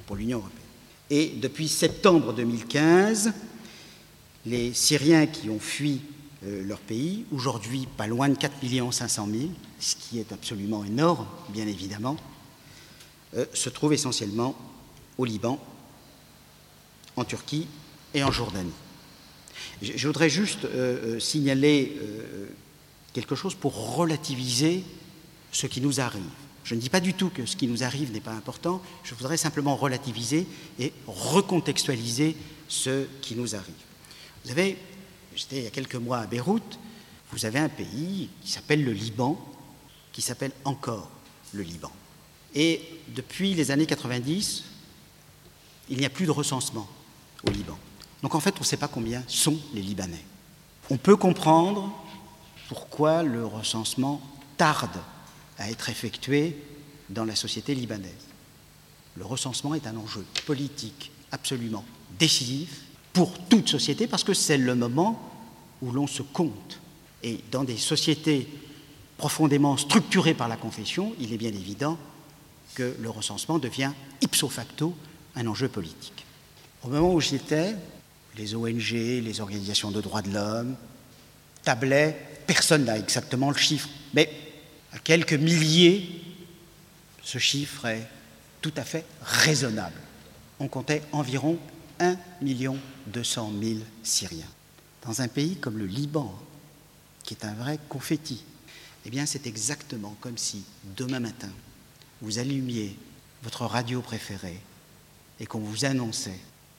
Et depuis septembre 2015, les Syriens qui ont fui leur pays, aujourd'hui pas loin de 4 500 000, ce qui est absolument énorme, bien évidemment, se trouvent essentiellement au Liban, en Turquie et en Jordanie. Je voudrais juste signaler quelque chose pour relativiser ce qui nous arrive. Je ne dis pas du tout que ce qui nous arrive n'est pas important, je voudrais simplement relativiser et recontextualiser ce qui nous arrive. Vous avez, j'étais il y a quelques mois à Beyrouth, vous avez un pays qui s'appelle le Liban, qui s'appelle encore le Liban. Et depuis les années 90, il n'y a plus de recensement au Liban. Donc en fait, on ne sait pas combien sont les Libanais. On peut comprendre pourquoi le recensement tarde à être effectué dans la société libanaise. Le recensement est un enjeu politique absolument décisif pour toute société parce que c'est le moment où l'on se compte. Et dans des sociétés profondément structurées par la confession, il est bien évident que le recensement devient ipso facto un enjeu politique. Au moment où j'y étais, les ONG, les organisations de droits de l'homme tablaient, personne n'a exactement le chiffre, mais à quelques milliers, ce chiffre est tout à fait raisonnable. On comptait environ 1 200 000 Syriens. Dans un pays comme le Liban, qui est un vrai confetti, eh bien c'est exactement comme si demain matin, vous allumiez votre radio préférée et qu'on vous annonçait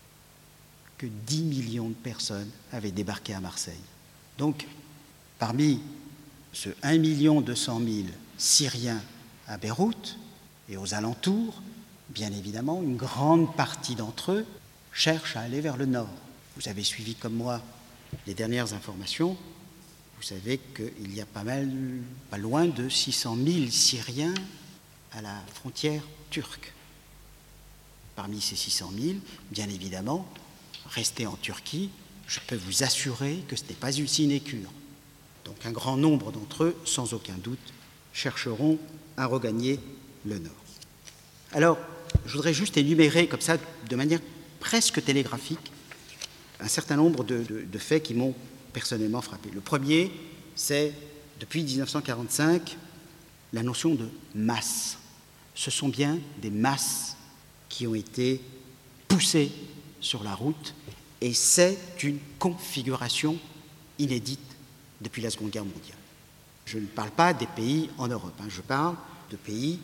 que 10 millions de personnes avaient débarqué à Marseille. Donc, parmi ce 1 200 000 Syriens à Beyrouth et aux alentours, bien évidemment, une grande partie d'entre eux cherchent à aller vers le nord. Vous avez suivi comme moi les dernières informations. Vous savez qu'il y a pas loin de 600 000 Syriens à la frontière turque. Parmi ces 600 000, bien évidemment, rester en Turquie, je peux vous assurer que ce n'est pas une sinécure. Donc un grand nombre d'entre eux, sans aucun doute, chercheront à regagner le nord. Alors, je voudrais juste énumérer comme ça, de manière presque télégraphique, un certain nombre de faits qui m'ont personnellement frappé. Le premier, c'est, depuis 1945, la notion de masse. Ce sont bien des masses qui ont été poussées sur la route, et c'est une configuration inédite depuis la Seconde Guerre mondiale. Je ne parle pas des pays en Europe, je parle de pays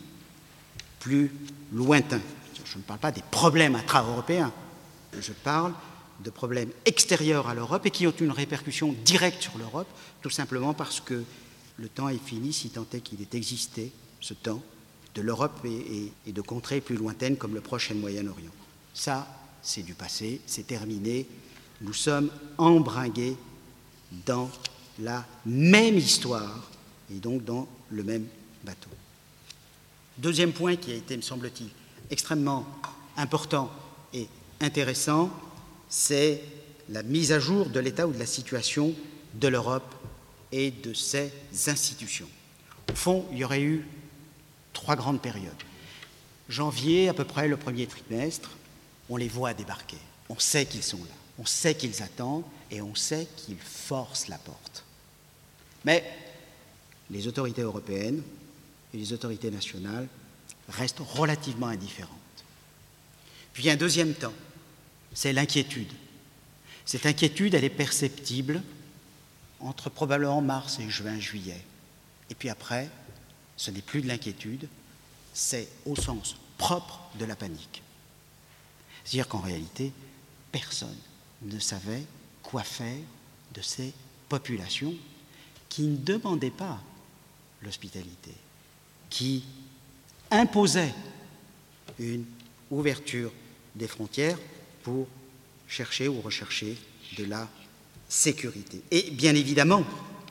plus lointains. Je ne parle pas des problèmes intra-européens, je parle de problèmes extérieurs à l'Europe et qui ont une répercussion directe sur l'Europe, tout simplement parce que le temps est fini, si tant est qu'il ait existé, ce temps, de l'Europe et de contrées plus lointaines comme le Proche et le Moyen-Orient. Ça, c'est du passé, c'est terminé. Nous sommes embringués dans la même histoire et donc dans le même bateau. Deuxième point qui a été, me semble-t-il, extrêmement important et intéressant, c'est la mise à jour de l'état ou de la situation de l'Europe et de ses institutions. Au fond, il y aurait eu 3 grandes périodes. Janvier, à peu près le premier trimestre, on les voit débarquer. On sait qu'ils sont là, on sait qu'ils attendent et on sait qu'ils forcent la porte. Mais les autorités européennes et les autorités nationales restent relativement indifférentes. Puis il y a un deuxième temps, c'est l'inquiétude. Cette inquiétude, elle est perceptible entre probablement mars et juin, juillet. Et puis après, ce n'est plus de l'inquiétude, c'est au sens propre de la panique. C'est-à-dire qu'en réalité, personne ne savait quoi faire de ces populations qui ne demandaient pas l'hospitalité, qui imposait une ouverture des frontières pour chercher ou rechercher de la sécurité. Et bien évidemment,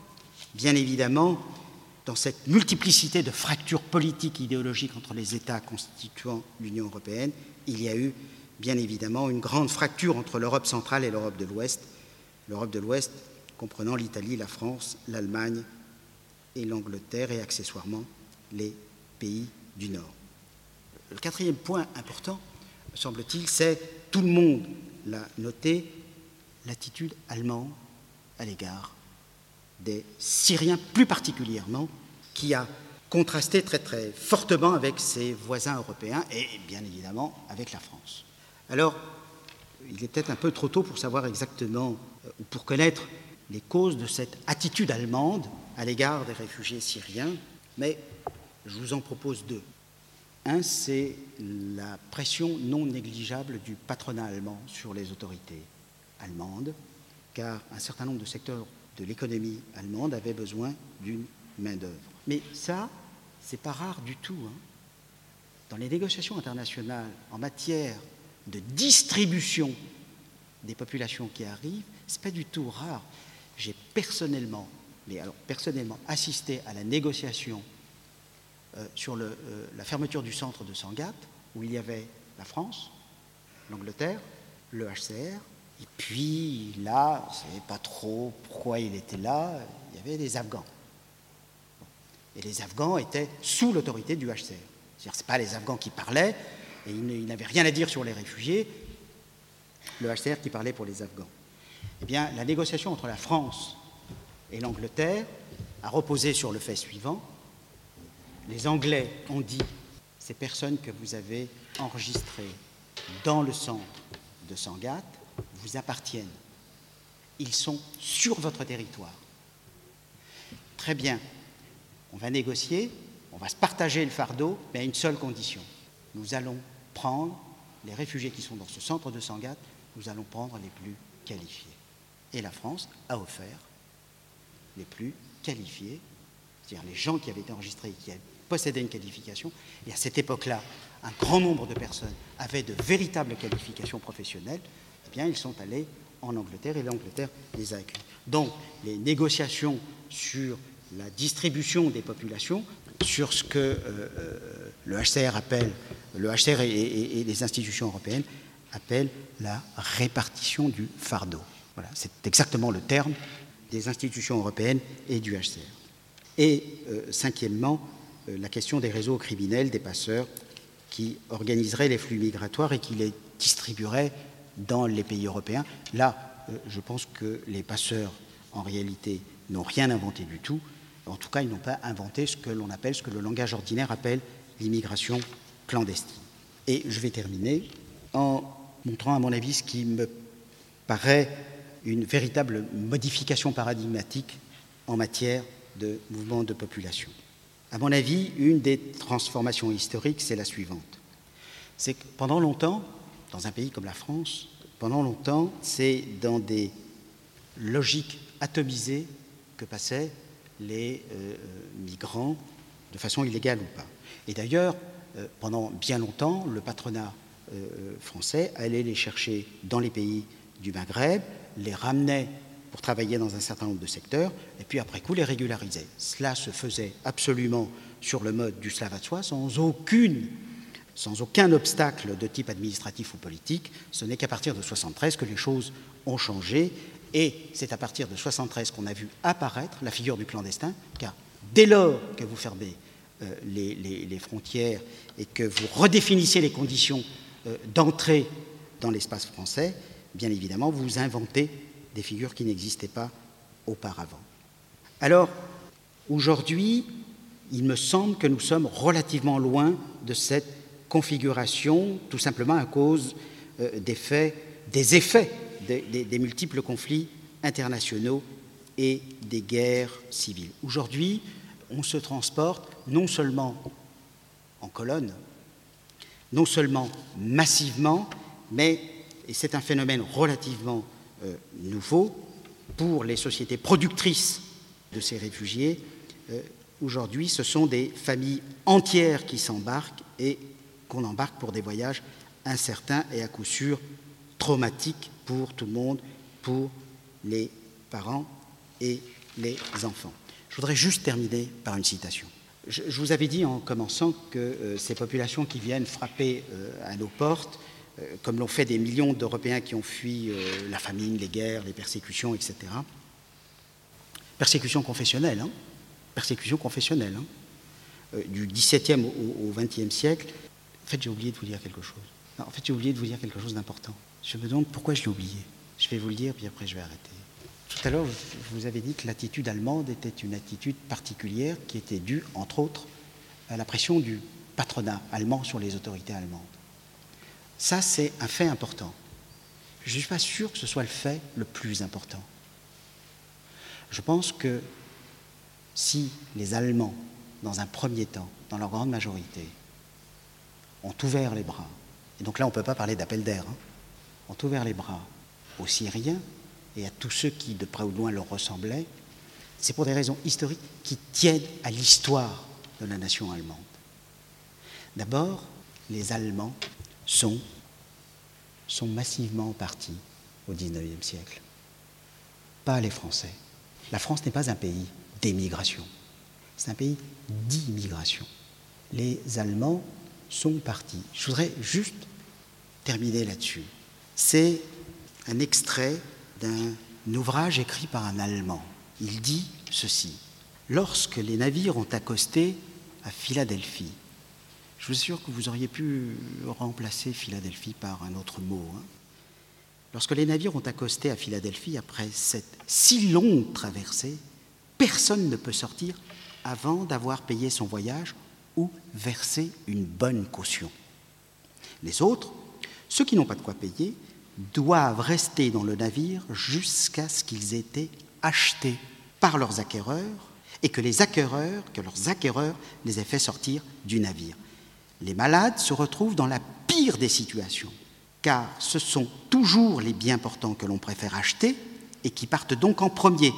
dans cette multiplicité de fractures politiques et idéologiques entre les États constituant l'Union européenne, il y a eu bien évidemment une grande fracture entre l'Europe centrale et l'Europe de l'Ouest comprenant l'Italie, la France, l'Allemagne et l'Angleterre et accessoirement les pays du Nord. Le quatrième point important, me semble-t-il, c'est, tout le monde l'a noté, l'attitude allemande à l'égard des Syriens, plus particulièrement, qui a contrasté très très fortement avec ses voisins européens et bien évidemment avec la France. Alors, il est peut-être un peu trop tôt pour savoir exactement ou pour connaître les causes de cette attitude allemande à l'égard des réfugiés syriens, mais je vous en propose deux. Un, c'est la pression non négligeable du patronat allemand sur les autorités allemandes, car un certain nombre de secteurs de l'économie allemande avaient besoin d'une main-d'œuvre. Mais ça, c'est pas rare du tout. Dans les négociations internationales en matière de distribution des populations qui arrivent, c'est pas du tout rare. J'ai personnellement assisté à la négociation sur la fermeture du centre de Sangatte, où il y avait la France, l'Angleterre, le HCR, et puis là, on ne savait pas trop pourquoi il était là, il y avait les Afghans. Et les Afghans étaient sous l'autorité du HCR. C'est-à-dire que ce pas les Afghans qui parlaient, et ils n'avaient rien à dire sur les réfugiés, le HCR qui parlait pour les Afghans. Eh bien, la négociation entre la France et l'Angleterre a reposé sur le fait suivant. Les Anglais ont dit, ces personnes que vous avez enregistrées dans le centre de Sangatte vous appartiennent. Ils sont sur votre territoire. Très bien. On va négocier, on va se partager le fardeau, mais à une seule condition. Nous allons prendre les réfugiés qui sont dans ce centre de Sangatte, nous allons prendre les plus qualifiés. Et la France a offert les plus qualifiés, c'est-à-dire les gens qui avaient été enregistrés, qui possédaient une qualification. Et à cette époque-là, un grand nombre de personnes avaient de véritables qualifications professionnelles. Eh bien, ils sont allés en Angleterre et l'Angleterre les a accueillis. Donc, les négociations sur la distribution des populations, sur ce que le HCR et les institutions européennes appellent la répartition du fardeau. Voilà, c'est exactement le terme des institutions européennes et du HCR. Et cinquièmement, la question des réseaux criminels, des passeurs qui organiseraient les flux migratoires et qui les distribueraient dans les pays européens. Là, je pense que les passeurs, en réalité, n'ont rien inventé du tout. En tout cas, ils n'ont pas inventé ce que le langage ordinaire appelle l'immigration clandestine. Et je vais terminer en montrant, à mon avis, ce qui me paraît une véritable modification paradigmatique en matière de mouvement de population. À mon avis, une des transformations historiques, c'est la suivante. C'est que pendant longtemps, dans un pays comme la France, c'est dans des logiques atomisées que passaient les migrants de façon illégale ou pas. Et d'ailleurs, pendant bien longtemps, le patronat français allait les chercher dans les pays du Maghreb, les ramenait pour travailler dans un certain nombre de secteurs, et puis après coup les régularisait. Cela se faisait absolument sur le mode du Slav à soi, sans aucun obstacle de type administratif ou politique. Ce n'est qu'à partir de 1973 que les choses ont changé, et c'est à partir de 1973 qu'on a vu apparaître la figure du clandestin, car dès lors que vous fermez les frontières et que vous redéfinissez les conditions d'entrée dans l'espace français, bien évidemment, vous inventez des figures qui n'existaient pas auparavant. Alors, aujourd'hui, il me semble que nous sommes relativement loin de cette configuration, tout simplement à cause des effets des multiples conflits internationaux et des guerres civiles. Aujourd'hui, on se transporte non seulement en colonne, non seulement massivement, mais, et c'est un phénomène relativement nouveau, pour les sociétés productrices de ces réfugiés, Aujourd'hui, ce sont des familles entières qui s'embarquent et qu'on embarque pour des voyages incertains et à coup sûr traumatiques pour tout le monde, pour les parents et les enfants. Je voudrais juste terminer par une citation. Je vous avais dit en commençant que ces populations qui viennent frapper à nos portes, comme l'ont fait des millions d'Européens qui ont fui la famine, les guerres, les persécutions, etc. Persécutions confessionnelles, hein, persécutions confessionnelles, hein, du XVIIe au XXe siècle. En fait, j'ai oublié de vous dire quelque chose. Non, en fait, j'ai oublié de vous dire quelque chose d'important. Je me demande pourquoi je l'ai oublié. Je vais vous le dire, puis après je vais arrêter. Tout à l'heure, je vous avais dit que l'attitude allemande était une attitude particulière qui était due, entre autres, à la pression du patronat allemand sur les autorités allemandes. Ça, c'est un fait important. Je ne suis pas sûr que ce soit le fait le plus important. Je pense que si les Allemands, dans un premier temps, dans leur grande majorité, ont ouvert les bras, et donc là on ne peut pas parler d'appel d'air, hein, ont ouvert les bras aux Syriens et à tous ceux qui de près ou de loin leur ressemblaient, c'est pour des raisons historiques qui tiennent à l'histoire de la nation allemande. D'abord, les Allemands sont massivement partis au XIXe siècle, pas les Français. La France n'est pas un pays d'émigration, c'est un pays d'immigration. Les Allemands sont partis. Je voudrais juste terminer là-dessus. C'est un extrait d'un ouvrage écrit par un Allemand. Il dit ceci: lorsque les navires ont accosté à Philadelphie, je vous assure que vous auriez pu remplacer Philadelphie par un autre mot, hein. Lorsque les navires ont accosté à Philadelphie, après cette si longue traversée, personne ne peut sortir avant d'avoir payé son voyage ou versé une bonne caution. Les autres, ceux qui n'ont pas de quoi payer, doivent rester dans le navire jusqu'à ce qu'ils aient été achetés par leurs acquéreurs et que leurs acquéreurs les aient fait sortir du navire. Les malades se retrouvent dans la pire des situations, car ce sont toujours les biens portants que l'on préfère acheter et qui partent donc en premier.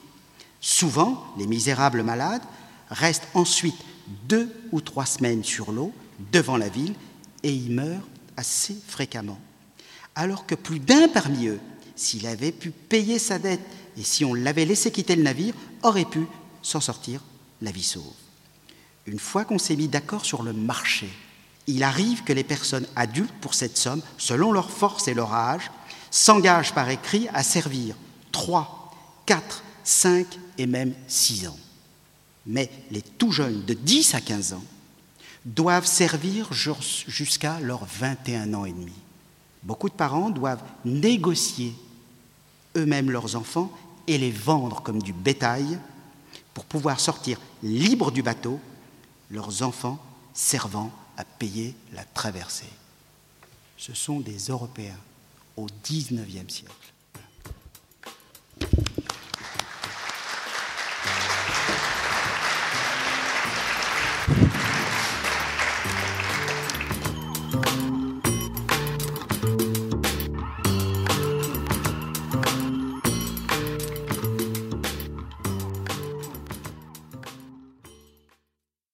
Souvent, les misérables malades restent ensuite 2 ou 3 semaines sur l'eau devant la ville et y meurent assez fréquemment. Alors que plus d'un parmi eux, s'il avait pu payer sa dette et si on l'avait laissé quitter le navire, aurait pu s'en sortir la vie sauve. Une fois qu'on s'est mis d'accord sur le marché, il arrive que les personnes adultes, pour cette somme, selon leur force et leur âge, s'engagent par écrit à servir 3, 4, 5 et même 6 ans. Mais les tout jeunes, de 10 à 15 ans, doivent servir jusqu'à leurs 21 ans et demi. Beaucoup de parents doivent négocier eux-mêmes leurs enfants et les vendre comme du bétail pour pouvoir sortir libres du bateau, leurs enfants servant à payer la traversée. Ce sont des Européens au XIXe siècle.